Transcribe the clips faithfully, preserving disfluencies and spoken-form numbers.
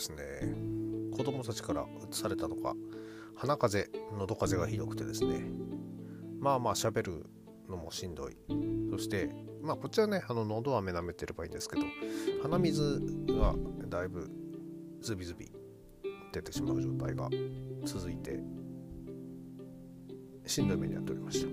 ですね、子供たちから移されたのか鼻風邪、喉風邪がひどくてですね、まあまあ喋るのもしんどい。そしてまあこっちはね、あの喉飴舐めてればいいんですけど、鼻水がだいぶズビズビ出てしまう状態が続いてしんどい目に遭っておりました。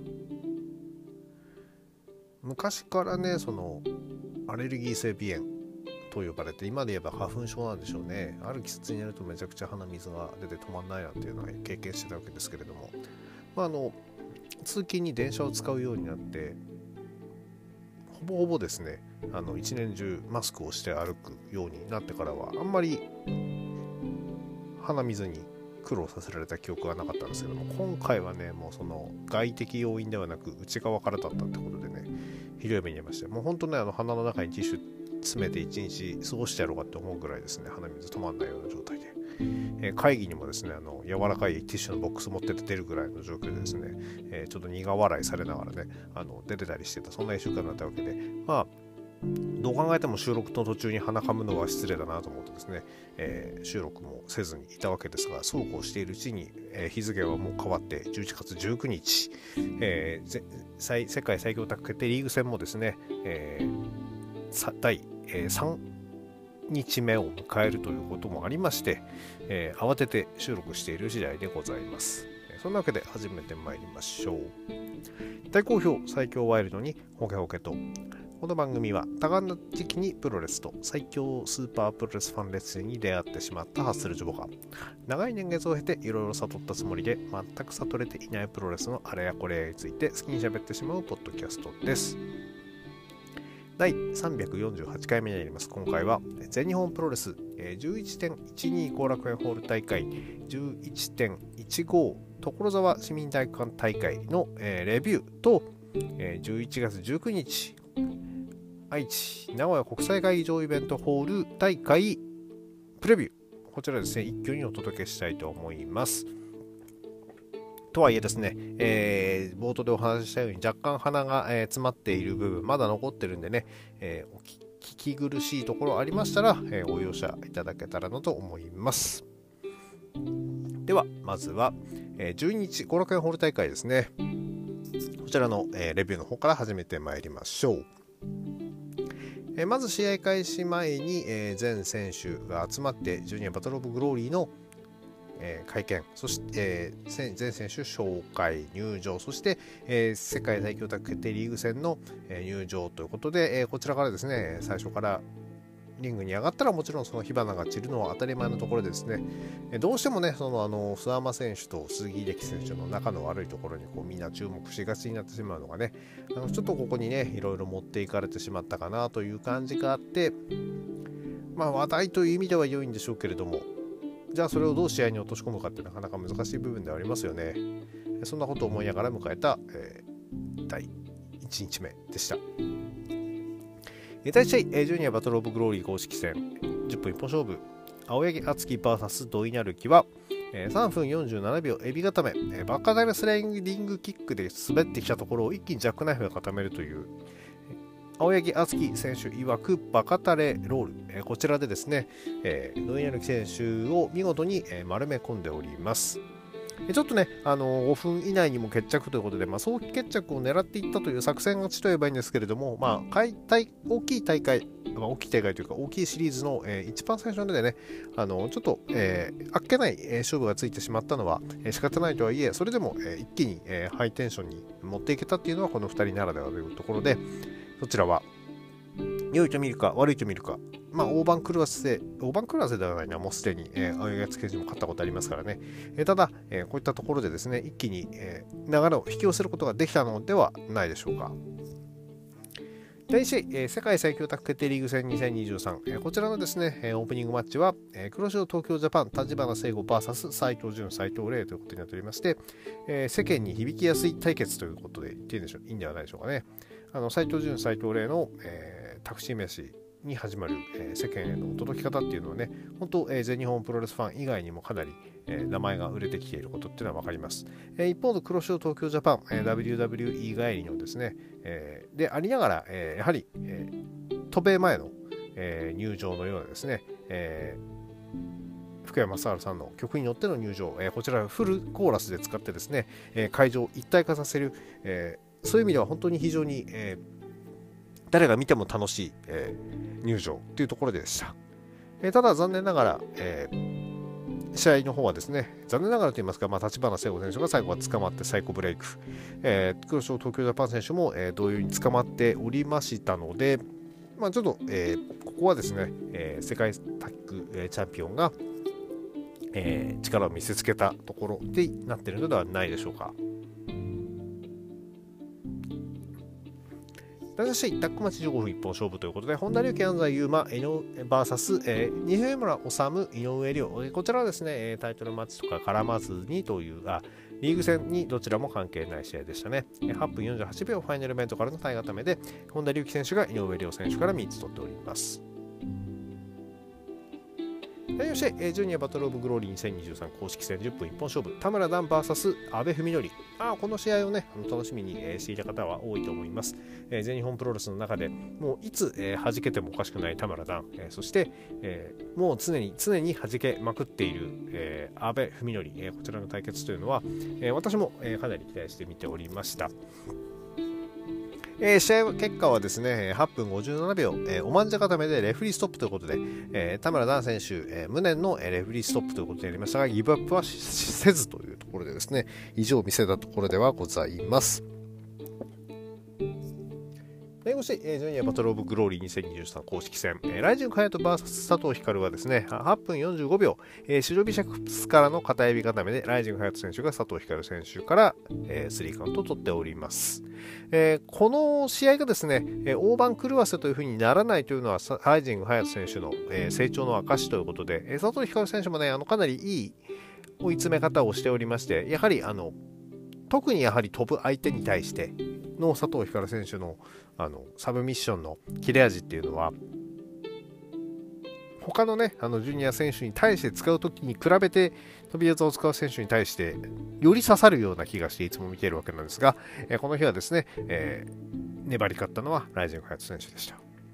昔からね、そのアレルギー性鼻炎と呼ばれて、今で言えば花粉症なんでしょうね。ある季節になるとめちゃくちゃ鼻水が出て止まんないなんていうのは経験してたわけですけれども、まあ、あの通勤に電車を使うようになってほぼほぼですね、あの一年中マスクをして歩くようになってからはあんまり鼻水に苦労させられた記憶はなかったんですけども、今回はね、もうその外的要因ではなく内側からだったってことでね、ひどい目に遭いました。もう本当ね、あの鼻の中にティッシュ詰めて一日過ごしてやろうかって思うぐらいですね、鼻水止まんないような状態で、えー、会議にもですね、あの柔らかいティッシュのボックス持ってて出るぐらいの状況でですね、えー、ちょっと苦笑いされながらね、あの出てたりしてた、そんないっしゅうかんだったわけで、まあどう考えても収録の途中に鼻かむのは失礼だなと思ってですね、えー、収録もせずにいたわけですが、そうこうしているうちに、えー、日付はもう変わってじゅういちがつじゅうくにち、えー、世界最強タッグ決定リーグ戦もですね、えー、だいさんにちめを迎えるということもありまして、えー、慌てて収録している次第でございます。そんなわけで始めてまいりましょう。大好評最強ワイルドにホケホケと。この番組は多感な時期にプロレスと最強スーパープロレスファンレスリングに出会ってしまったハッスルジョボが長い年月を経ていろいろ悟ったつもりで全く悟れていないプロレスのあれやこれやについて好きに喋ってしまうポッドキャストです。だいさんびゃくよんじゅうはちかいめになります。今回は全日本プロレス じゅういちてんいちに 後楽園ホール大会 じゅういちてんいちご 所沢市民体育館大会のレビューとじゅういちがつじゅうくにち愛知名古屋国際会議場イベントホール大会プレビュー、こちらですね一挙にお届けしたいと思います。とはいえですね、えー、冒頭でお話ししたように若干鼻が、えー、詰まっている部分まだ残ってるんでね、えー、お聞き苦しいところありましたら、えー、ご容赦いただけたらなと思います。ではまずは、えー、じゅうににち後楽園ホール大会ですね、こちらの、えー、レビューの方から始めてまいりましょう。えー、まず試合開始前に、えー、全選手が集まってジュニアバトルオブグローリーの、えー、会見、そして、えー、全選手紹介入場、そして、えー、世界最強タッグ決定リーグ戦の、えー、入場ということで、えー、こちらからですね最初からリングに上がったらもちろんその火花が散るのは当たり前のところでですね、どうしてもねそのあの諏訪間選手と鈴木秀樹選手の仲の悪いところにこうみんな注目しがちになってしまうのがね、あのちょっとここにねいろいろ持っていかれてしまったかなという感じがあって、まあ話題という意味では良いんでしょうけれども、じゃあそれをどう試合に落とし込むかってなかなか難しい部分ではありますよね。そんなことを思いながら迎えた、えー、だいいちにちめでした。だいいち試合、ジュニアバトルオブグローリー公式戦じゅっぷん一本勝負、青柳敦樹 ブイエス 土井成樹はさんぷんよんじゅうななびょうエビ固め、バカダルスライディングキックで滑ってきたところを一気にジャックナイフが固めるという青柳敦樹選手曰くバカタレロール、こちらでですね土井成樹選手を見事に丸め込んでおります。ちょっとね、あのごふん以内にも決着ということで、まあ、早期決着を狙っていったという作戦勝ちといえばいいんですけれども、まあ、大きい大会、まあ、大きい大会というか大きいシリーズの、えー、一番最初のでね、あのちょっと、えー、あっけない、えー、勝負がついてしまったのは、えー、仕方ないとはいえ、それでも、えー、一気に、えー、ハイテンションに持っていけたっていうのはこのふたりならではというところで、そちらは良いと見るか悪いと見るか、まあ大番狂わせ大番狂わせではないな、もうすでに、えー、青柳敦樹選手も勝ったことありますからね、えー、ただ、えー、こういったところでですね一気に、えー、流れを引き寄せることができたのではないでしょうか。だいいち試合、えー、世界最強タッグ決定リーグ戦にせんにじゅうさん、えー、こちらのですね、えー、オープニングマッチは、えー、黒潮東京ジャパン立花聖吾 ブイエス 斉藤潤斉藤麗ということになっておりまして、えー、世間に響きやすい対決ということで言っていいんでしょう、いいんではないでしょうかね。あの斉藤潤斉藤麗の、えータクシー飯に始まる、えー、世間への届き方っていうのはね、本当、えー、全日本プロレスファン以外にもかなり、えー、名前が売れてきていることっていうのは分かります。えー、一方の黒潮東京ジャパン、えー、ダブリューダブリューイー 帰りのですね、えー、でありながら、えー、やはり、えー、渡米前の、えー、入場のようなですね、えー福山雅治さんの曲に乗っての入場、えー、こちらフルコーラスで使ってですね、えー、会場を一体化させる、えー、そういう意味では本当に非常に、えー、誰が見ても楽しい、えー、入場というところでした。えー、ただ残念ながら、えー、試合の方はですね、残念ながらと言いますか、まあ、立花聖吾選手が最後は捕まってサイコブレイク、えー、黒潮東京ジャパン選手も、えー、同様に捕まっておりましたので、まあ、ちょっと、えー、ここはですね、えー、世界タッグ、えー、チャンピオンが、えー、力を見せつけたところでなっているのではないでしょうか。男子タッグマッチじゅうごふん一本勝負ということで、本田隆起、安西優真、井上 ブイエス、えー、西村治、井上涼、こちらはですね、タイトルマッチとか絡まずにという、あリーグ戦にどちらも関係ない試合でしたね。はっぷんよんじゅうはちびょうファイナルイベントからの体固めで、本田隆起選手が井上涼選手からみっつ取っております。そして、ジュニアバトルオブグローリーにせんにじゅうさん公式戦じゅっぷん一本勝負、田村段 ブイエス 阿部文則。あこの試合をね、楽しみにしていた方は多いと思います。全日本プロレスの中でもういつ弾けてもおかしくない田村段、そしてもう常に常に弾けまくっている阿部文則、こちらの対決というのは私もかなり期待して見ておりました。えー、試合結果はですね、はっぷんごじゅうななびょう、えー、おまんじゃ固めでレフリーストップということで、えー、田村段選手、えー、無念のレフリーストップということでありましたが、ギブアップはせずというところでですね、意地を見せたところではございます。そして、ジュニアバトルオブグローリーにせんにじゅうさん公式戦、ライジング隼人 ブイエス 佐藤光はですね、はっぷんよんじゅうごびょう、シジョビシャクスからの片指固めで、ライジング隼人選手が佐藤光選手からスリーカウントを取っております。えー、この試合がですね、大番狂わせというふうにならないというのは、ライジング隼人選手の、えー、成長の証ということで、佐藤光選手もね、あのかなりいい追い詰め方をしておりまして、やはりあの特にやはり飛ぶ相手に対しての佐藤光選手の、あのサブミッションの切れ味っていうのは、他のね、あのジュニア選手に対して使うときに比べて飛び技を使う選手に対してより刺さるような気がしていつも見ているわけなんですが、えー、この日はですね、えー、粘り勝ったのはライジング隼人選手でした。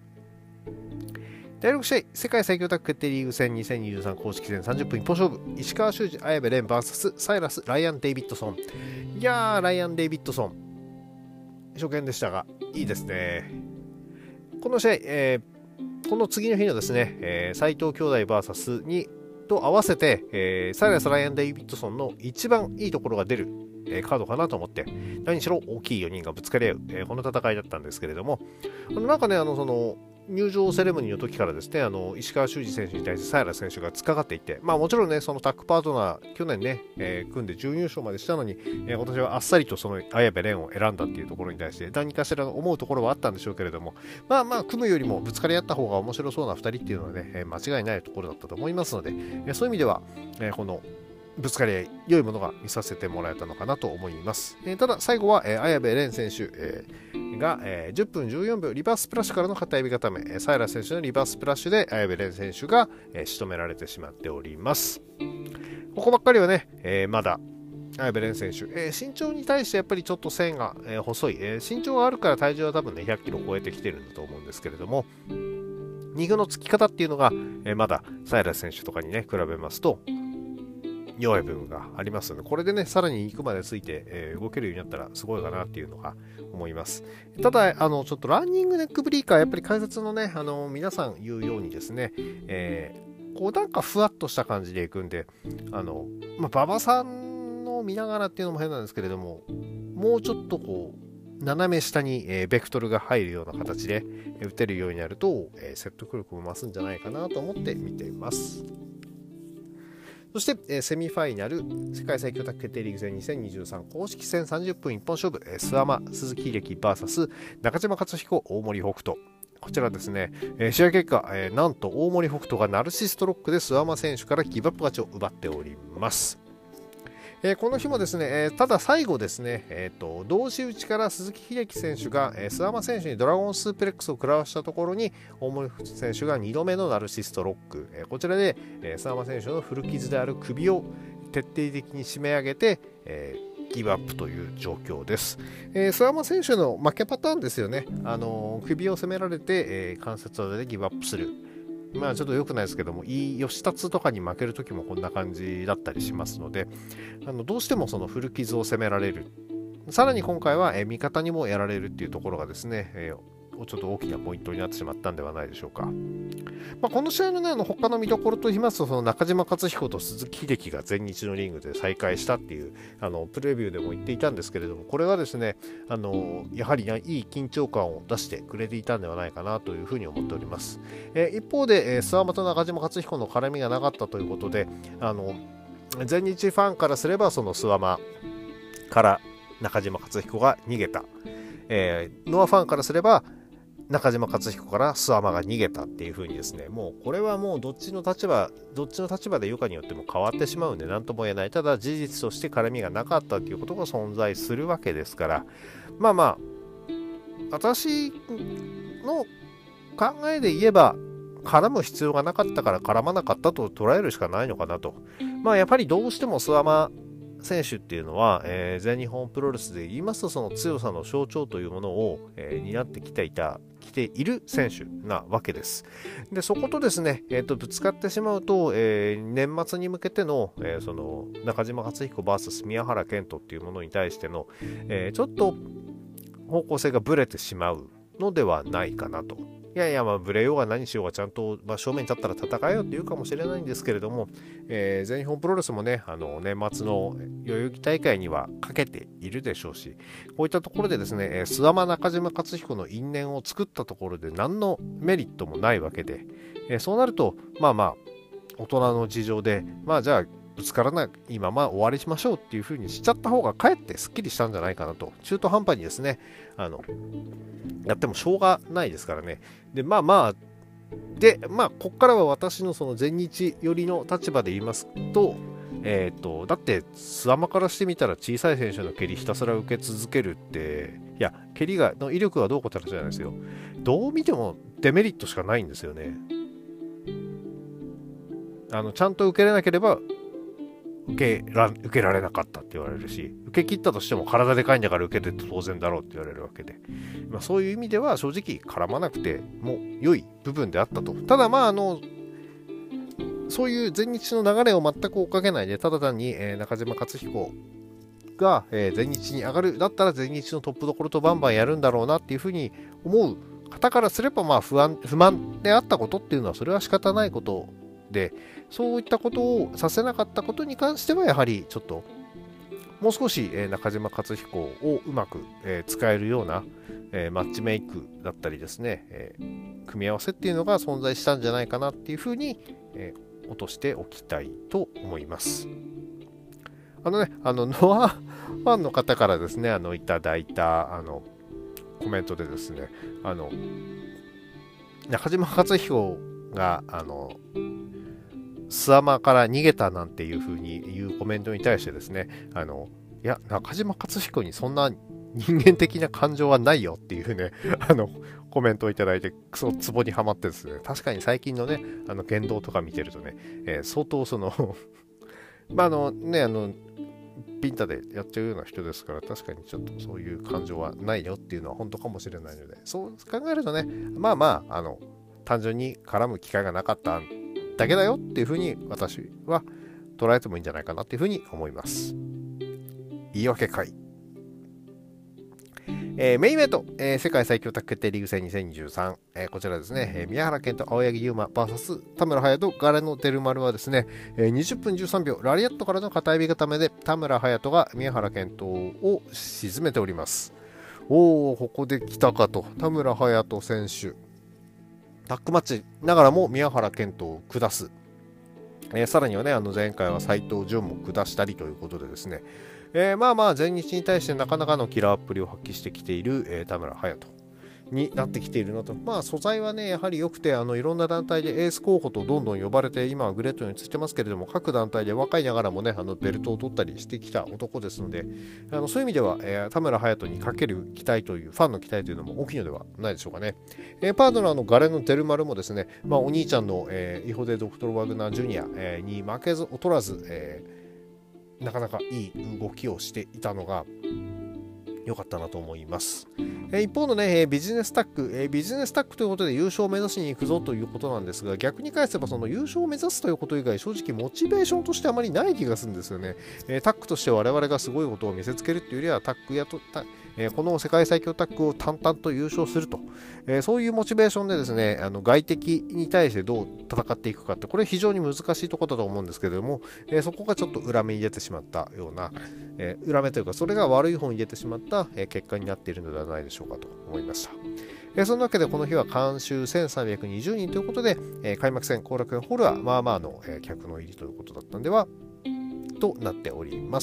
だいろく試合、世界最強タッグ決定リーグ戦にせんにじゅうさん公式戦さんじゅっぷん一本勝負、石川修司、綾部蓮 ブイエス サイラス、ライアン・デイビッドソン。いやー、ライアン・デイビッドソン、初見でしたが、いいですね。この試合、えー、この次の日のですね、えー、斉藤兄弟 ブイエス にと合わせて、えー、サイラス・ライアン・デイビッドソンの一番いいところが出る、えー、カードかなと思って、何しろ大きいよにんがぶつかり合う、えー、この戦いだったんですけれども、あのなんかね、あのその入場セレモニーの時からですね、あの石川修司選手に対してサイラス選手が突っかかっていって、まあもちろんね、そのタッグパートナー、去年ね、えー、組んで準優勝までしたのに、えー、今年はあっさりとその綾部蓮を選んだっていうところに対して、何かしら思うところはあったんでしょうけれども、まあまあ、組むよりもぶつかり合った方が面白そうなふたりっていうのはね、えー、間違いないところだったと思いますので、えー、そういう意味では、えー、このぶつかり合い、良いものが見させてもらえたのかなと思います。えー、ただ、最後は、えー、綾部蓮選手、えー、が、えー、じゅっぷんじゅうよんびょうリバースプラッシュからの片指固め、えー、サイラス選手のリバースプラッシュで綾部蓮選手が、えー、仕留められてしまっております。ここばっかりはね、えー、まだ綾部蓮選手、えー、身長に対してやっぱりちょっと線が、えー、細い、えー、身長があるから体重は多分ねひゃっキロ超えてきてるんだと思うんですけれども、肉のつき方っていうのが、えー、まだサイラス選手とかにね比べますと弱い部分がありますので、これでねさらに肉までついて、えー、動けるようになったらすごいかなっていうのが思います。ただあのちょっとランニングネックブリーカー、やっぱり解説のねあの皆さん言うようにですね、えー、こうなんかふわっとした感じでいくんで、あのまあ馬場さんの見ながらっていうのも変なんですけれども、もうちょっとこう斜め下に、えー、ベクトルが入るような形で、えー、打てるようになると、えー、説得力も増すんじゃないかなと思って見ています。そして、えー、セミファイナル世界最強タッグ決定リーグ戦にせんにじゅうさん公式戦さんじゅっぷん一本勝負、えー、諏訪間鈴木秀樹 ブイエス 中島克彦大森北斗。こちらですね、えー、試合結果、えー、なんと大森北斗がナルシストロックで諏訪間選手からギブアップ勝ちを奪っております。えー、この日もですね、えー、ただ最後ですね、えーと、同士打ちから鈴木秀樹選手が、えー、諏訪間選手にドラゴンスープレックスを食らわしたところに大森選手がにどめのナルシストロック、えー、こちらで、えー、諏訪間選手の古傷である首を徹底的に締め上げて、えー、ギブアップという状況です。えー、諏訪間選手の負けパターンですよね。あのー、首を攻められて、えー、関節技でギブアップする。 まあちょっと良くないですけども、いい吉達とかに負ける時もこんな感じだったりしますので、あのどうしてもその古傷を攻められる、さらに今回は、えー、味方にもやられるっていうところがですね、えーちょっと大きなポイントになってしまったんではないでしょうか。まあ、この試合のね、あの他の見どころといいますと、その中島克彦と鈴木秀樹が全日のリングで再会したっていうあのプレビューでも言っていたんですけれども、これはですね、あのやはり、ね、いい緊張感を出してくれていたんではないかなというふうに思っております。えー、一方で、えー、諏訪間と中島克彦の絡みがなかったということで、あの全日ファンからすればその諏訪間から中島克彦が逃げた、えー、ノアファンからすれば中島克彦から諏訪間が逃げたっていう風にですね、もうこれはもうどっちの立場どっちの立場で言うかによっても変わってしまうんで何とも言えない。ただ事実として絡みがなかったっていうことが存在するわけですから、まあまあ私の考えで言えば絡む必要がなかったから絡まなかったと捉えるしかないのかなと。まあやっぱりどうしても諏訪間選手っていうのは、えー、全日本プロレスで言いますとその強さの象徴というものを、えー、担ってきていた来ている選手なわけです。でそことですね、えー、とぶつかってしまうと、えー、年末に向けての、えー、その中島克彦 ブイエス 宮原健人っていうものに対しての、えー、ちょっと方向性がぶれてしまうのではないかなと。いやいや、まあ、ブレようが何しようがちゃんと、まあ、正面に立ったら戦えよって言うかもしれないんですけれども、えー、全日本プロレスもね、あの年末の代々木大会にはかけているでしょうし、こういったところでですね、えー、諏訪間中島克彦の因縁を作ったところで何のメリットもないわけで、えー、そうなると、まあまあ、大人の事情で、まあじゃあ、ぶつからないまま終わりしましょうっていう風にしちゃった方がかえってすっきりしたんじゃないかなと。中途半端にですね、あのやってもしょうがないですからね。でまあまあでまあこっからは私のその全日寄りの立場で言いますと、えっ、ー、とだって諏訪間からしてみたら小さい選手の蹴りひたすら受け続けるって、いや蹴りがの威力がどうこうって話じゃないですよ。どう見てもデメリットしかないんですよね。あのちゃんと受けれなければ受けら受けられなかったって言われるし、受け切ったとしても体でかいんだから受けて当然だろうって言われるわけで、まあ、そういう意味では正直絡まなくても良い部分であったと。ただまああのそういう全日の流れを全く追っかけないで、ただ単に、えー、中島克彦が、えー、全日に上がるだったら全日のトップどころとバンバンやるんだろうなっていうふうに思う方からすれば、まあ不安不満であったことっていうのはそれは仕方ないことで、そういったことをさせなかったことに関してはやはりちょっともう少し、えー、中島克彦をうまく、えー、使えるような、えー、マッチメイクだったりですね、えー、組み合わせっていうのが存在したんじゃないかなっていうふうに、えー、落としておきたいと思います。あのね、あのノアファンの方からですね、あのいただいたあのコメントでですね、あの中島克彦があの諏訪間から逃げたなんていう風に言うコメントに対してですね、あのいや中島克彦にそんな人間的な感情はないよっていうねあのコメントをいただいて、クソツボにはまってですね、確かに最近のねあの言動とか見てるとね、えー、相当そのまああのねあのピンタでやっちゃうような人ですから、確かにちょっとそういう感情はないよっていうのは本当かもしれないので、そう考えるとね、まあまああの単純に絡む機会がなかっただけだよっていうふうに私は捉えてもいいんじゃないかなっていうふうに思います。言い訳会、えー、メインイベント、えー、世界最強タッグ決定リーグ戦にせんにじゅうさん、えー、こちらですね、えー、宮原健と青柳優馬 ブイエス 田村隼人ガレのデルマルはですね、えー、にじゅっぷんじゅうさんびょうラリアットからの片指固めで田村隼人が宮原健人を沈めております。おお、ここで来たかと。田村隼人選手タッグマッチながらも宮原健人を下す、えー、さらにはねあの前回は斉藤潤も下したりということでですね、えー、まあまあ全日に対してなかなかのキラーっぷりを発揮してきている、えー、田村隼人になってきているのと、まあ素材はねやはり良くて、あのいろんな団体でエース候補とどんどん呼ばれて今はグレートについてますけれども、各団体で若いながらもねあのベルトを取ったりしてきた男ですので、あのそういう意味では、えー、田村隼人にかける期待というファンの期待というのも大きいのではないでしょうかね。えー、パートナーのガレのデルマルもですね、まあ、お兄ちゃんの、えー、イホデ・ドクトル・ワグナー・ジュニア、えー、に負けず劣らず、えー、なかなかいい動きをしていたのが良かったなと思います。 えー、一方のね、えー、ビジネスタッグ、えー、ビジネスタッグということで優勝を目指しに行くぞということなんですが、逆に返せばその優勝を目指すということ以外、正直モチベーションとしてあまりない気がするんですよね。えー、タッグとして我々がすごいことを見せつけるというよりは、タッグやとたえー、この世界最強タッグを淡々と優勝すると、えー、そういうモチベーションでですね、あの外敵に対してどう戦っていくかって、これ非常に難しいところだと思うんですけれども、えー、そこがちょっと裏目に出てしまったような、えー、裏目というか、それが悪い方に出てしまった、えー、結果になっているのではないでしょうかと思いました。えー、そのわけでこの日は観衆せんさんびゃくにじゅうにんということで、えー、開幕戦後楽園ホールはまあまあの、えー、客の入りということだったんではとなっております。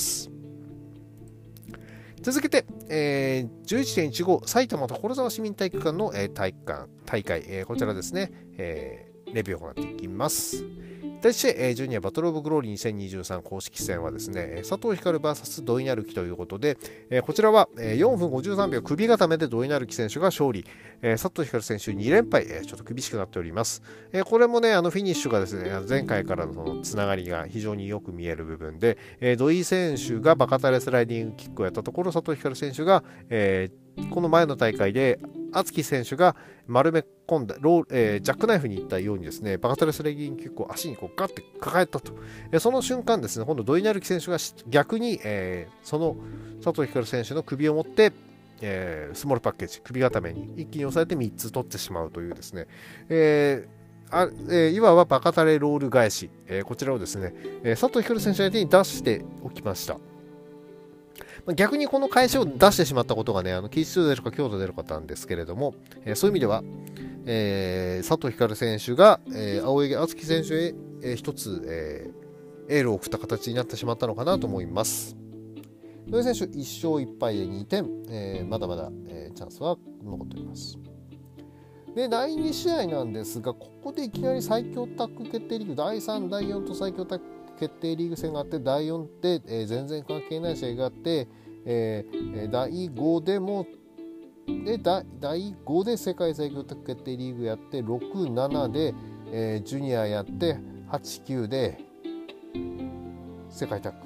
続けて、えー、じゅういちてんいちご 埼玉所沢市民体育館の、えー、体育館大会、えー、こちらですね、えー、レビューを行っていきます。第一試合、えー、ジュニアバトルオブグローリーにせんにじゅうさん公式戦はですね、佐藤光 ブイエス 土井成樹ということで、えー、こちらは、えー、よんぷんごじゅうさんびょう首固めで土井成樹選手が勝利、えー、佐藤光選手に連敗、えー、ちょっと厳しくなっております。えー、これもね、あのフィニッシュがですね、前回からのそのつながりが非常によく見える部分で、えー、土井選手がバカタレスライディングキックをやったところ、佐藤光選手が、えー、この前の大会で敦貴選手が丸め込んだロー、えー、ジャックナイフにいったようにですね、バカタレスレギンキックを足にこうガッて抱えたと、えー、その瞬間ですね、今度土井成樹選手が逆に、えー、その佐藤光選手の首を持って、えー、スモールパッケージ首固めに一気に押さえてみっつ取ってしまうというですね、えーあえー、いわばバカタレロール返し、えー、こちらをですね、えー、佐藤光選手相手に出しておきました。逆にこの返しを出してしまったことがね、あのキース出るか強度出るかなんですけれども、えー、そういう意味では、えー、佐藤光選手が、えー、青柳敦樹選手へ、えー、一つ、えー、エールを送った形になってしまったのかなと思います。土井選手いっしょういっぱいでにてん、えー、まだまだ、えー、チャンスは残っております。で、だいに試合なんですが、ここでいきなり最強タッグ決定リーグだいさん、だいよんと最強タッグ決定リーグ戦があって、だいよんって、えー、全然関係ない試合があって、えー、だいごでもでだだいごで世界最強タッグ決定リーグやって、ろく、ななで、えー、ジュニアやって、はち、きゅうで世界タッグ。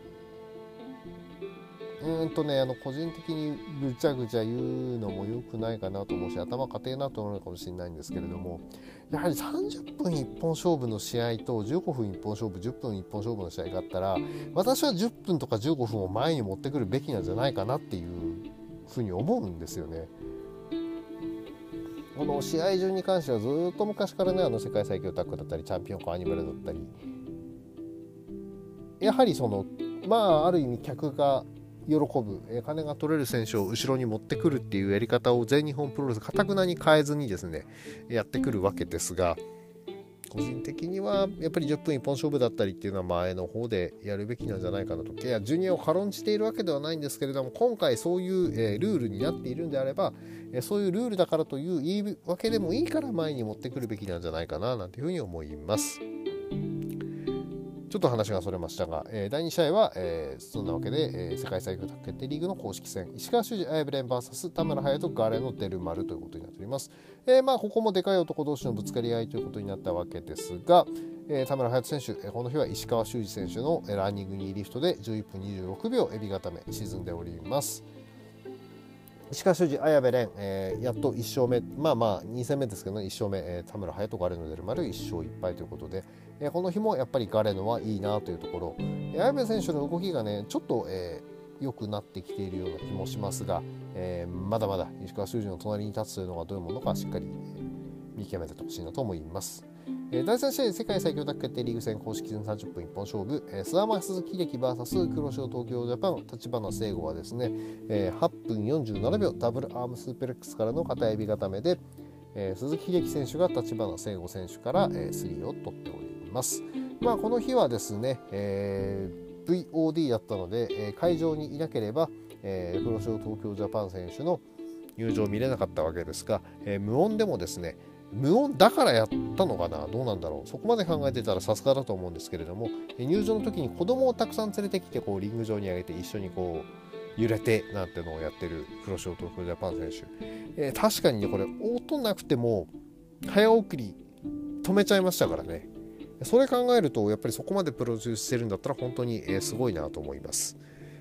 うーんとね、あの個人的にぐちゃぐちゃ言うのも良くないかなと思うし、頭固いなと思うのかもしれないんですけれども、やはりさんじゅっぷんいっぽん勝負の試合とじゅうごふんいっぽん勝負、じゅっぷんいっぽん勝負の試合があったら、私はじゅっぷんとかじゅうごふんを前に持ってくるべきなんじゃないかなっていうふうに思うんですよね。この試合順に関してはずっと昔からね、あの世界最強タッグだったりチャンピオンコアニマルだったり、やはりそのまあある意味客が喜ぶ、え金が取れる選手を後ろに持ってくるっていうやり方を全日本プロレスかたくなに変えずにですねやってくるわけですが、個人的にはやっぱりじゅっぷん一本勝負だったりっていうのは前の方でやるべきなんじゃないかなと。いやジュニアを軽んじているわけではないんですけれども、今回そういう、えー、ルールになっているんであれば、えー、そういうルールだからという言い訳でもいいから前に持ってくるべきなんじゃないかななんていうふうに思います。ちょっと話がそれましたが、えー、だいに試合は、えー、そんなわけで、えー、世界最強タッグ決定リーグの公式戦、石川修司、アイブレン ブイエス 田村隼人、ガレのデルマルということになっております。えー、まあここもでかい男同士のぶつかり合いということになったわけですが、えー、田村隼人選手、えー、この日は石川修司選手のランニングにリフトでじゅういっぷんにじゅうろくびょうエビ固め沈んでおります。石川修司、綾部蓮、えー、やっといっ勝目、まあまあに戦目ですけど、ね、いっ勝目、えー、田村隼人、ガレのデルマルいっ勝いっ敗ということで、えー、この日もやっぱりガレノはいいなというところ、綾部選手の動きがねちょっと、えー、良くなってきているような気もしますが、えー、まだまだ石川修司の隣に立つというのがどういうものかしっかり、えー、見極めてほしいなと思います。えー、だいさん試合世界最強タッグ決定リーグ戦公式戦さんじゅっぷん一本勝負、えー、諏訪間鈴木秀樹 ブイエス 黒潮東京ジャパン立花聖吾はですね、えー、はっぷんよんじゅうななびょうダブルアームスープレックスからの片エビ固めで、えー、鈴木秀樹選手が立花聖吾選手から、えー、スリーを取っております。まあ、この日はですね、えー、ブイオーディー だったので、えー、会場にいなければ、えー、黒潮東京ジャパン選手の入場を見れなかったわけですが、えー、無音でもですね無音だからやったのかな、どうなんだろう、そこまで考えてたらさすがだと思うんですけれども、入場の時に子供をたくさん連れてきてこうリング上に上げて一緒にこう揺れてなんてのをやってる黒潮東京ジャパン選手、えー、確かにねこれ音なくても早送り止めちゃいましたからね。それ考えるとやっぱりそこまでプロデュースしてるんだったら本当に、えー、すごいなと思います。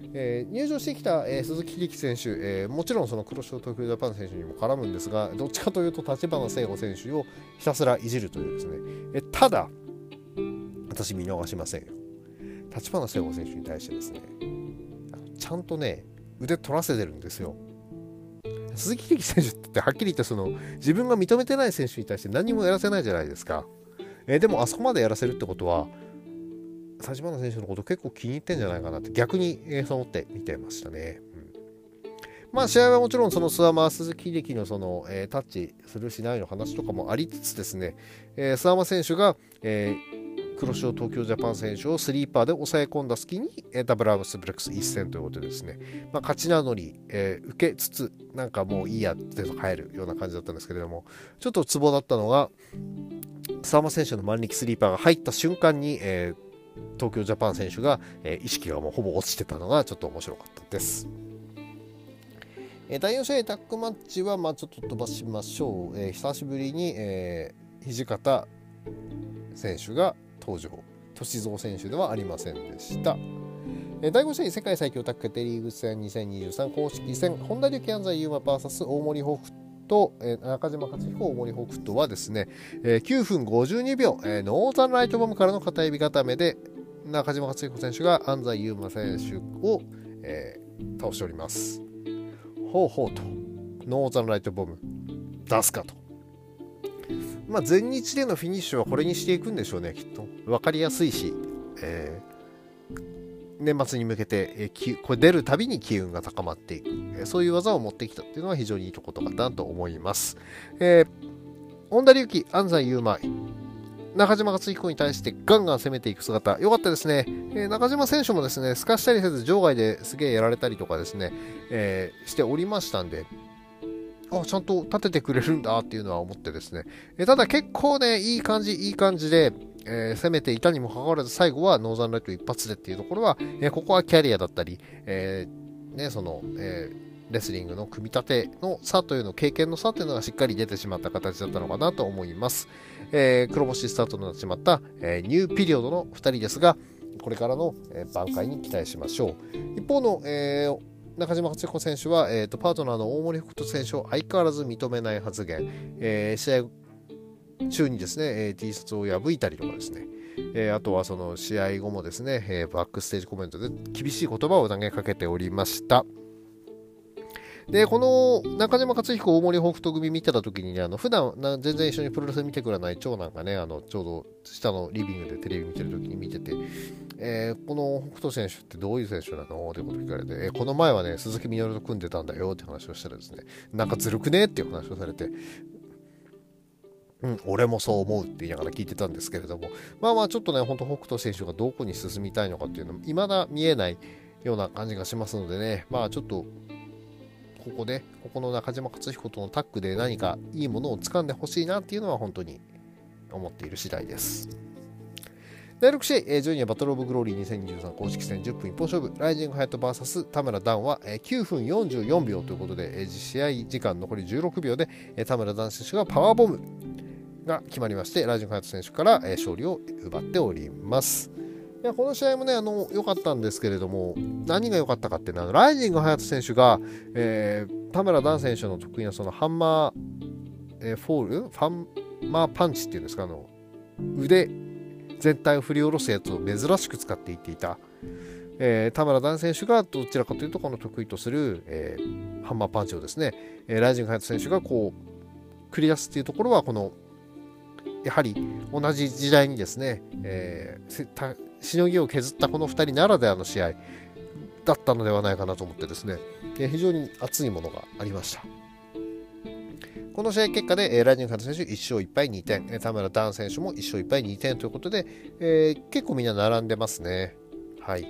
えー、入場してきた、えー、鈴木秀樹選手、えー、もちろんその黒潮東京ジャパン選手にも絡むんですが、どっちかというと立花聖吾選手をひたすらいじるというですね、えー、ただ私見逃しませんよ。立花聖吾選手に対してですね、ちゃんとね腕取らせてるんですよ。鈴木秀樹選手ってはっきり言ってその自分が認めてない選手に対して何もやらせないじゃないですか。えー、でもあそこまでやらせるってことは立花選手のこと結構気に入ってんじゃないかなって逆に、えー、そう思って見てましたね。うん、まあ試合はもちろんその諏訪間鈴木秀樹のその、えー、タッチするしないの話とかもありつつですね、えー、諏訪間選手が、えー、黒潮東京ジャパン選手をスリーパーで抑え込んだ隙に、えー、ダブルアームスブレックス一戦ということでですね、まあ、勝ち名乗り、えー、受けつつなんかもういいやって帰るような感じだったんですけれども、ちょっとツボだったのが諏訪間選手の万力スリーパーが入った瞬間に、えー東京ジャパン選手が、えー、意識がもうほぼ落ちてたのがちょっと面白かったです。えー、だいよん試合タッグマッチは、まあ、ちょっと飛ばしましょう。えー、久しぶりに、えー、土方選手が登場。歳三選手ではありませんでした。えー、だいご試合世界最強タッグ決定リーグ戦にせんにじゅうさん公式戦本田隆起安西優真 ブイエス 大森北と、えー、中島克彦大森北斗はですね、えー、きゅうふんごじゅうにびょう、えー、ノーザンライトボムからの片指固めで中島克彦選手が安西優真選手を、えー、倒しております。ほうほうとノーザンライトボム出すかと、まあ全日でのフィニッシュはこれにしていくんでしょうね。きっと分かりやすいし、えー、年末に向けて、えー、これ出るたびに機運が高まっていく、えー、そういう技を持ってきたっていうのは非常にいいところかなと思います。えー、本田隆起安西優真中島克彦に対してガンガン攻めていく姿良かったですね。えー、中島選手もですね、透かしたりせず場外ですげえやられたりとかですね、えー、しておりましたんで、あ、ちゃんと立ててくれるんだっていうのは思ってですね、えー、ただ結構ねいい感じいい感じで、えー、攻めていたにもかかわらず最後はノーザンライト一発でっていうところは、えー、ここはキャリアだったり、えーね、その、えーレスリングの組み立ての差というの経験の差というのがしっかり出てしまった形だったのかなと思います。えー、黒星スタートとなってしまった、えー、ニューピリオドのふたりですが、これからの、えー、挽回に期待しましょう。一方の、えー、中島克彦選手は、えーと、パートナーの大森北斗選手を相変わらず認めない発言、えー、試合中にですね、えー、T シャツを破いたりとかですね、えー、あとはその試合後もですね、えー、バックステージコメントで厳しい言葉を投げかけておりました。でこの中島克彦大森北斗組見てた時にね、あの普段な全然一緒にプロレス見てくれない長男がね、あのちょうど下のリビングでテレビ見てる時に見てて、えー、この北斗選手ってどういう選手なのってこと聞かれて、えー、この前はね鈴木みのると組んでたんだよって話をしたらですね、なんかずるくねっていう話をされて、うん、俺もそう思うって言いながら聞いてたんですけれども、まあまあちょっとね、本当北斗選手がどこに進みたいのかっていうのも未だ見えないような感じがしますのでね、まあちょっとここでここの中島克彦とのタッグで何かいいものを掴んでほしいなっていうのは本当に思っている次第です。だいろく試合、ジュニアバトルオブグローリーにせんにじゅうさん公式戦じゅっぷん一本勝負、ライジングハヤト ブイエス 田村ダンはきゅうふんよんじゅうよんびょうということで、試合時間残りじゅうろくびょうで田村ダン選手がパワーボムが決まりまして、ライジングハヤト選手から勝利を奪っております。いやこの試合もね、あの良かったんですけれども、何が良かったかっていうのは、ライジングハヤト選手が、えー、田村ダン選手の得意なそのハンマー、えー、フォールファンマーパンチっていうんですか、あの腕全体を振り下ろすやつを珍しく使っていっていた、えー、田村ダン選手がどちらかというとこの得意とする、えー、ハンマーパンチをですね、えー、ライジングハヤト選手がこう繰り出すっていうところは、このやはり同じ時代にですね、えー、しのぎを削ったこのふたりならではの試合だったのではないかなと思ってですね、えー、非常に熱いものがありました。この試合結果で、えー、ライジングハヤト選手いっしょういっぱいにてん、えー、田村ダン選手もいっしょういっぱいにてんということで、えー、結構みんな並んでますね。はい。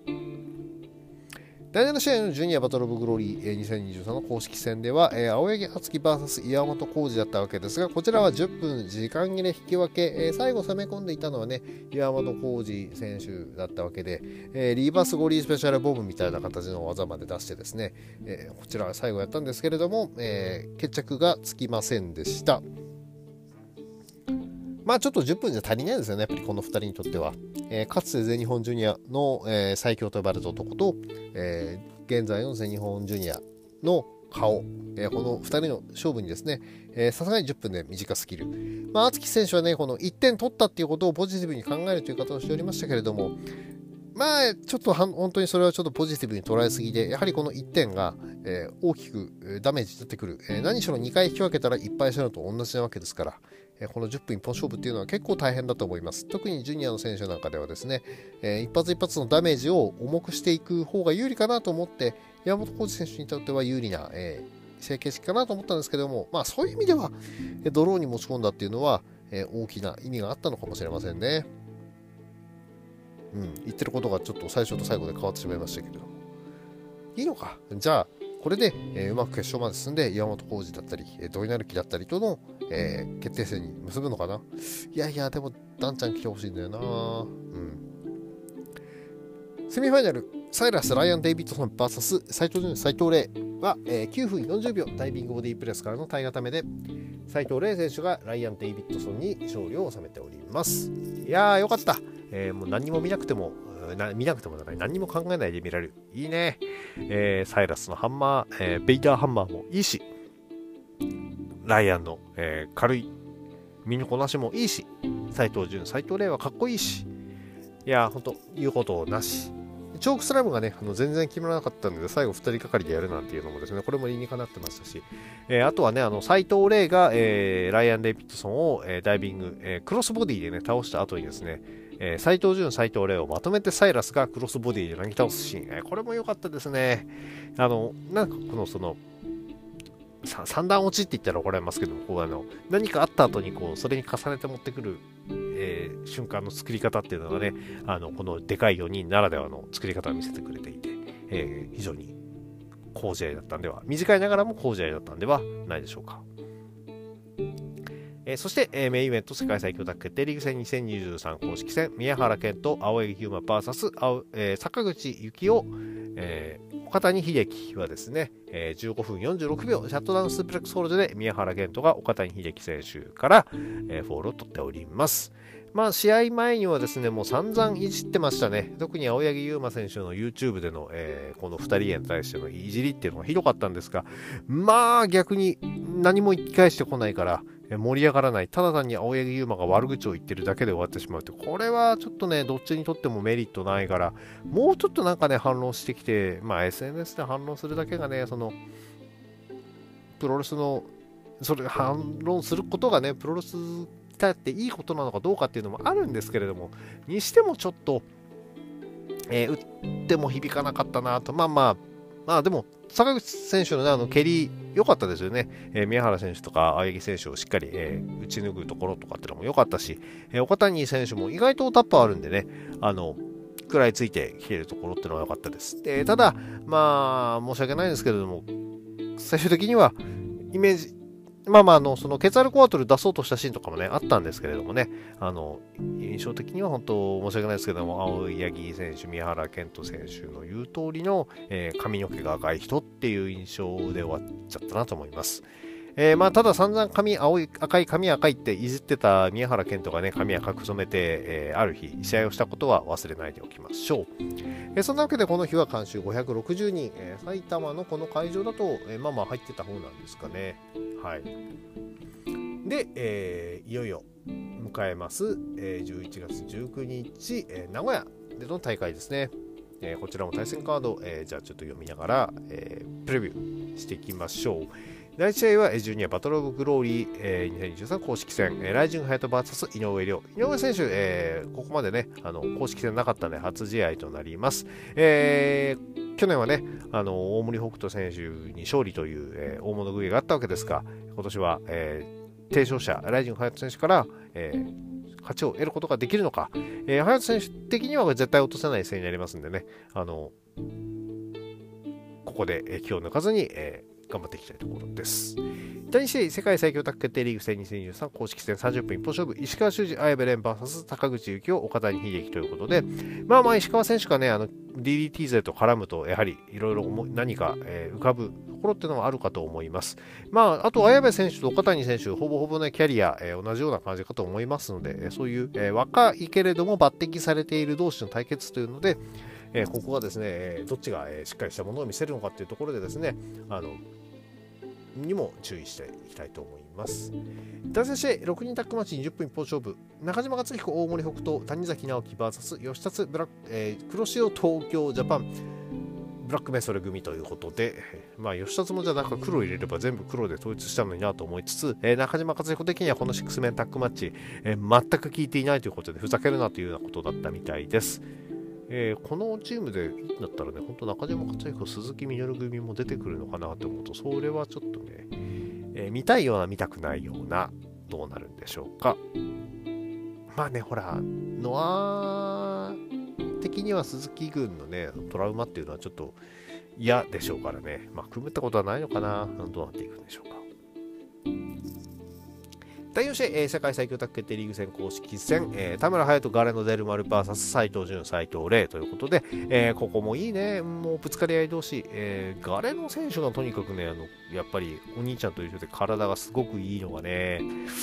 だいなな試合のジュニアバトルオブグローリーにせんにじゅうさんの公式戦では、えー、青柳敦樹 ブイエス 岩本浩二だったわけですが、こちらはじゅっぷん時間切れ引き分け、えー、最後攻め込んでいたのはね、岩本浩二選手だったわけで、えー、リーバースゴリースペシャルボムみたいな形の技まで出してですね、えー、こちらは最後やったんですけれども、えー、決着がつきませんでした。 まあちょっとじゅっぷんじゃ足りないですよね、やっぱりこのふたりにとっては。えー、かつて全日本ジュニアの、えー、最強と呼ばれた男と、えー、現在の全日本ジュニアの顔、えー、このふたりの勝負にですね、さすがにじゅっぷんで短すぎる。まあ、敦貴選手はね、このいってん取ったっていうことをポジティブに考えるという方をしておりましたけれども、まあ、ちょっと本当にそれはちょっとポジティブに捉えすぎで、やはりこのいってんが、えー、大きくダメージになってくる。えー、何しろにかい引き分けたらいっぱいしたのと同じなわけですから、えー、このじゅっぷん一本勝負っていうのは結構大変だと思います。特にジュニアの選手なんかではですね、えー、一発一発のダメージを重くしていく方が有利かなと思って、山本浩二選手にとっては有利な、えー、成形式かなと思ったんですけども、まあそういう意味では、ドローに持ち込んだっていうのは、えー、大きな意味があったのかもしれませんね。うん、言ってることがちょっと最初と最後で変わってしまいましたけれども。いいのか。じゃあ、これで、えー、うまく決勝まで進んで、岩本浩二だったり、えー、土井成樹だったりとの、えー、決定戦に結ぶのかな。いやいや、でも、ダンちゃん来てほしいんだよな。うん。セミファイナル、サイラス・ライアン・デイビッドソン ブイエス 斉藤潤、斉藤麗は、えー、きゅうふんよんじゅうびょうダイビングボディプレスからの体固めで、斉藤麗選手がライアン・デイビッドソンに勝利を収めております。いやー、よかった。えー、もう何にも見なくても、な見なくても何にも考えないで見られる。いいね。えー、サイラスのハンマー、えー、ベイダーハンマーもいいし、ライアンの、えー、軽い身のこなしもいいし、斉藤潤、斉藤麗はかっこいいし、いやー、ほんと、言うことなし。チョークスラムがね、あの全然決まらなかったので、最後ふたりがかりでやるなんていうのもですね、これも理にかなってましたし、えー、あとはね、あの斉藤麗が、えー、ライアン・デイビッドソンを、えー、ダイビング、えー、クロスボディでね、倒した後にですね、えー、斉藤潤、斉藤麗をまとめてサイラスがクロスボディで投げ倒すシーン、えー、これも良かったですね。あの、なんかこのその、三段落ちって言ったら怒られますけども、こうあの何かあった後にこうそれに重ねて持ってくる、えー、瞬間の作り方っていうのがね、あのこのでかいよにんならではの作り方を見せてくれていて、えー、非常に好試合だったんでは、短いながらも好試合だったんではないでしょうか。えー、そして、えー、メインイベント世界最強タッグ決定リーグ戦にせんにじゅうさん公式戦、宮原健と青柳優馬 ブイエス、えー、坂口幸男、えー、岡谷秀樹はですね、えー、じゅうごふんよんじゅうろくびょうシャットダウンスープレックスホールドで宮原健人が岡谷秀樹選手から、えー、フォールを取っております。まあ試合前にはですね、もう散々いじってましたね。特に青柳優馬選手の YouTube での、えー、このふたりへに対してのいじりっていうのがひどかったんですが、まあ逆に何も言い返してこないから盛り上がらない。ただ単に青柳優馬が悪口を言ってるだけで終わってしまうって、これはちょっとね、どっちにとってもメリットないから、もうちょっとなんかね、反論してきて、まあ エスエヌエス で反論するだけがね、その、プロレスの、それ反論することがね、プロレスだっていいことなのかどうかっていうのもあるんですけれども、にしてもちょっと、えー、打っても響かなかったなと。まあまあ、まあでも、坂口選手の、ね、あの蹴り、良かったですよね。えー、宮原選手とか青柳選手をしっかり、えー、打ち抜くところとかっていうのも良かったし、えー、岡谷選手も意外とタップあるんでね、あの、食らいついてきているところっていうのは良かったです。で、ただ、まあ、申し訳ないんですけれども、最終的には、イメージ、まあまあ、あの、そのケツアルコアトル出そうとしたシーンとかもね、あったんですけれどもね、あの、印象的には本当申し訳ないですけども、青柳選手、宮原健人選手の言う通りの、えー、髪の毛が赤い人っていう印象で終わっちゃったなと思います。えー、まあ、ただ散々髪青い、赤い、髪赤いっていじってた宮原健人がね、髪赤く染めて、えー、ある日、試合をしたことは忘れないでおきましょう。えー、そんなわけで、この日は観衆ごひゃくろくじゅうにん、えー、埼玉のこの会場だと、えー、まあまあ入ってた方なんですかね。はい。で、えー、いよいよ迎えます、えー、じゅういちがつじゅうくにち、えー、名古屋での大会ですね。えー、こちらも対戦カード、えー、じゃあちょっと読みながら、えー、プレビューしていきましょう。だいいち試合はジュニアバトルオブグローリー、えー、にせんにじゅうさん公式戦、えー、ライジングハヤト ブイエス 井上涼。井上選手、えー、ここまでね、あの公式戦なかったので初試合となります。えー、去年はね、あの大森北斗選手に勝利という、えー、大物食いがあったわけですが、今年は、えー、提唱者、ライジングハヤト選手から、えー、勝ちを得ることができるのか、えー、ハヤト選手的には絶対落とせない戦になりますんでね、あのここで、えー、気を抜かずに、えー頑張っていきたいところです。だいに試合、世界最強タッグ決定リーグ戦にせんにじゅうさん公式戦さんじゅっぷん一本勝負、石川修司、綾部蓮 ブイエス 高口幸雄、岡谷秀樹ということで、まあまあ石川選手がね、あの ディーディーティー 勢と絡むと、やはりいろいろ何か、えー、浮かぶところっていうのはあるかと思います。まあ、あと綾部選手と岡谷選手、ほぼほぼね、キャリア、えー、同じような感じかと思いますので、そういう、えー、若いけれども抜擢されている同士の対決というので、えー、ここがですね、えー、どっちが、えー、しっかりしたものを見せるのかというところでですね、あのにも注意していきたいと思います。男性試合ろくにんタッグマッチにじゅっぷん一本勝負、中島克彦、大森北斗、谷崎直樹 ブイエス 吉達ブラック、えー、黒潮東京ジャパンブラックメソレ組ということで、まあ吉達もじゃあなんか黒入れれば全部黒で統一したのになと思いつつ、えー、中島克彦的にはこのシックスメンタッグマッチ、えー、全く効いていないということでふざけるなというようなことだったみたいです。えー、このチームでいいんだったらね、本当中島克彦、鈴木みのる組も出てくるのかなと思うと、それはちょっとね、えー、見たいような見たくないような、どうなるんでしょうか。まあね、ほら、ノア的には鈴木軍のね、トラウマっていうのはちょっと嫌でしょうからね、まあ、組むってことはないのかな、どうなっていくんでしょうか。だいよん試合、えー、世界最強タッグ決定リーグ戦公式戦、えー、田村隼人、ガレノデルマル ブイエス 斉藤潤、斉藤麗ということで、えー、ここもいいね、もうぶつかり合い同士、えー、ガレノ選手がとにかくね、あのやっぱりお兄ちゃんと一緒で体がすごくいいのがね、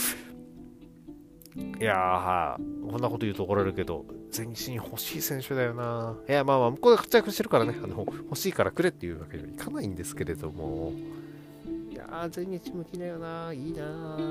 いやー、こんなこと言うと怒られるけど、全身欲しい選手だよな。いや、まあまあ、向こうで活躍してるからね、あの欲しいからくれっていうわけにはいかないんですけれども、いやー、全日向きだよな、いいな、うん、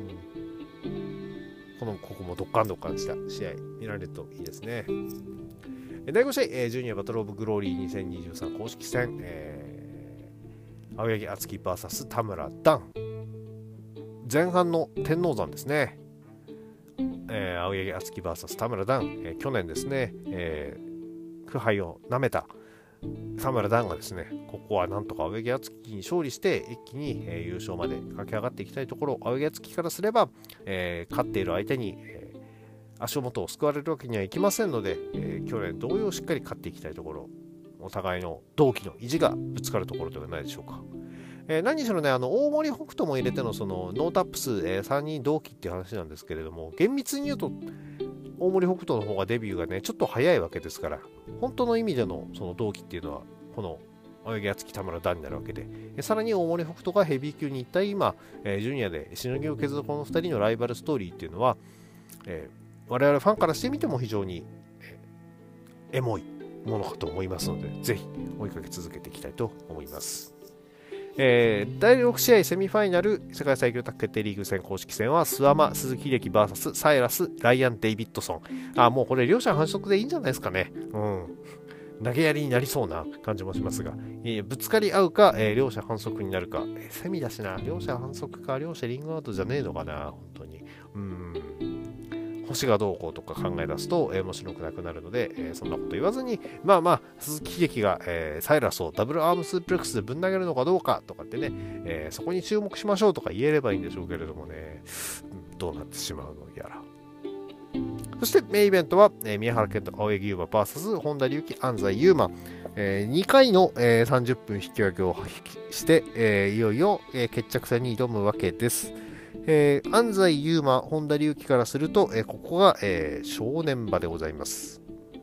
このここもドッカンドッカンした試合見られるといいですね。だいご試合、えー、ジュニアバトルオブグローリーにせんにじゅうさん公式戦、えー、青柳敦樹 ブイエス 田村段、前半の天王山ですね。えー、青柳敦樹 ブイエス 田村段、えー、去年ですね、えー、苦杯をなめた田村段がですね、ここはなんとか青柳敦樹に勝利して一気に、えー、優勝まで駆け上がっていきたいところ、青柳敦樹からすれば、えー、勝っている相手に、えー、足元を救われるわけにはいきませんので、えー、去年同様しっかり勝っていきたいところ、お互いの同期の意地がぶつかるところではないでしょうか。えー、何しろね、あの大森北斗も入れてのそのノータップ数、えー、さんにん同期っていう話なんですけれども、厳密に言うと大森北斗の方がデビューがねちょっと早いわけですから、本当の意味でのその同期っていうのはこの青柳敦樹田村段になるわけで、えー、さらに大森北斗がヘビー級に行った今、えー、ジュニアでしのぎを削るこのふたりのライバルストーリーっていうのは、えー、我々ファンからしてみても非常に、えー、エモいものかと思いますので、ぜひ追いかけ続けていきたいと思います。えー、だいろく試合セミファイナル世界最強タッグ決定リーグ戦公式戦はスワマ、鈴木秀樹 ブイエス サイラス、ライアン・デイビッドソン。あ、もうこれ両者反則でいいんじゃないですかね。うん。投げやりになりそうな感じもしますが、えー、ぶつかり合うか、えー、両者反則になるか、えー、セミだしな、両者反則か、両者リングアウトじゃねえのかな、本当に。うん。星がどうこうとか考え出すと、えー、面白くなくなるので、えー、そんなこと言わずに、まあまあ、鈴木秀樹が、えー、サイラスをダブルアームスープレックスでぶん投げるのかどうかとかってね、えー、そこに注目しましょうとか言えればいいんでしょうけれどもね、どうなってしまうのやら。そしてメインイベントは、えー、宮原健人、青柳優馬 ブイエス 本田隆起、安西優馬、えー、にかいの、えー、さんじゅっぷん引き分けをして、えー、いよいよ、えー、決着戦に挑むわけです。えー、安西優馬、本田隆起からすると、えー、ここが、えー、正念場でございます。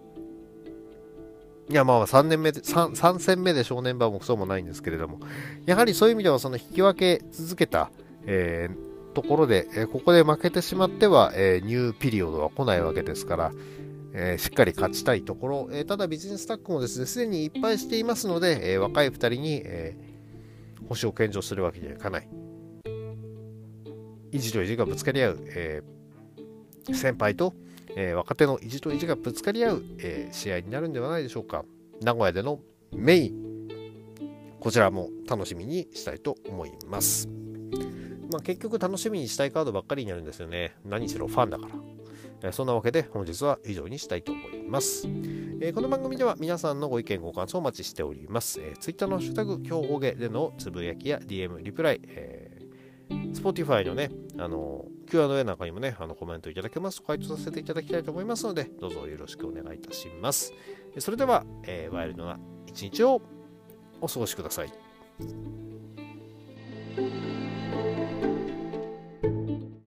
いや、まあさんねんめで 3, 3戦目で正念場もそうもないんですけれども、やはりそういう意味ではその引き分け続けた、えー、ところで、えー、ここで負けてしまっては、えー、ニューピリオドは来ないわけですから、えー、しっかり勝ちたいところ、えー、ただビジネスタッグもですね、すでにいっぱいしていますので、えー、若いふたりに、えー、星を献上するわけにはいかない。意地と意地がぶつかり合う、えー、先輩と、えー、若手の意地と意地がぶつかり合う、えー、試合になるんではないでしょうか。名古屋でのメイン、こちらも楽しみにしたいと思います。まあ、結局楽しみにしたいカードばっかりになるんですよね。何しろファンだから。えー、そんなわけで本日は以上にしたいと思います。えー、この番組では皆さんのご意見ご感想をお待ちしております。えー、Twitter のハッシュタグ今日ほげでのつぶやきや ディーエム リプライ、えーSpotify のね、あの キューアンドエー なんかにもね、あのコメントいただけますと回答させていただきたいと思いますので、どうぞよろしくお願いいたします。それでは、えー、ワイルドな一日をお過ごしください。 す。